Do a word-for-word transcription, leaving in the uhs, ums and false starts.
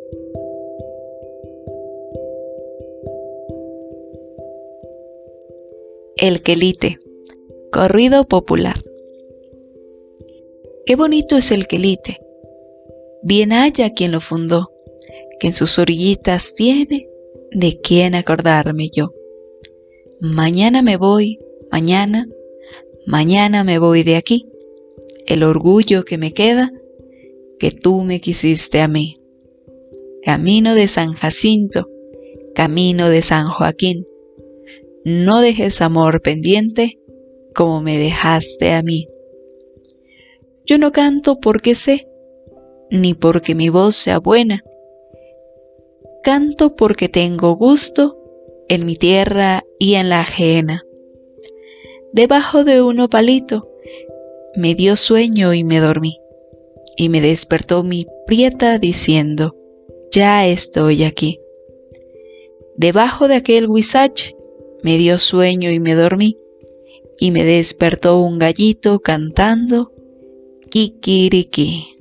El quelite, corrido popular. Qué bonito es el quelite, bien haya quien lo fundó, que en sus orillitas tiene de quién acordarme yo. Mañana me voy, mañana, mañana me voy de aquí, el orgullo que me queda, que tú me quisiste a mí. Camino de San Jacinto, camino de San Joaquín, no dejes amor pendiente como me dejaste a mí. Yo no canto porque sé, ni porque mi voz sea buena, canto porque tengo gusto en mi tierra y en la ajena. Debajo de un opalito me dio sueño y me dormí, y me despertó mi prieta diciendo, ya estoy aquí. Debajo de aquel huizache me dio sueño y me dormí, y me despertó un gallito cantando, kikiriki.